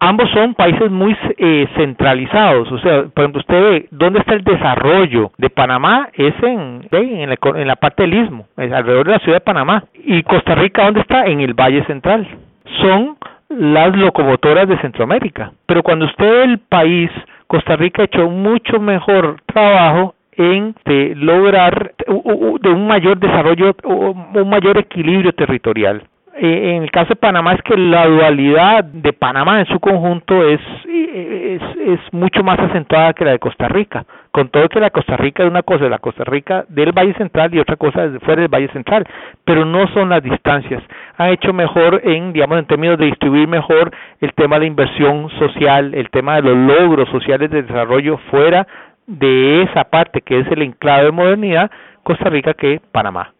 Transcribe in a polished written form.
ambos son países muy centralizados. O sea, por ejemplo, usted ve dónde está el desarrollo de Panamá, es en la parte del istmo, es alrededor de la ciudad de Panamá. Y Costa Rica, ¿dónde está? En el Valle Central. Son las locomotoras de Centroamérica. Pero cuando usted ve el país, Costa Rica ha hecho mucho mejor trabajo en lograr de un mayor desarrollo, un mayor equilibrio territorial. En el caso de Panamá es que la dualidad de Panamá en su conjunto es mucho más acentuada que la de Costa Rica, con todo que la Costa Rica es una cosa de la Costa Rica del Valle Central y otra cosa desde fuera del Valle Central, pero no son las distancias. Han hecho mejor en términos de distribuir mejor el tema de la inversión social, el tema de los logros sociales de desarrollo fuera de esa parte que es el enclave de modernidad, Costa Rica, que Panamá.